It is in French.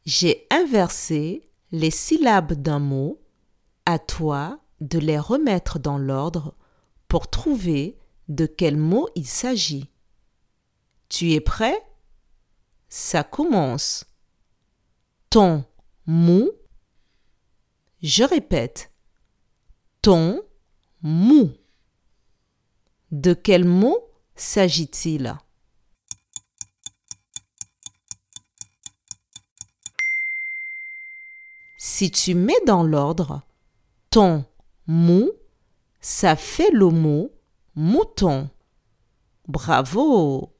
J'ai inversé les syllabes d'un mot. À toi de les remettre dans l'ordre pour trouver de quel mot il s'agit. Tu es prêt? Ça commence. Ton, mou. Je répète. Ton, mou. De quel mot s'agit-il? Si tu mets dans l'ordre, ton, mou, ça fait le mot mouton. Bravo!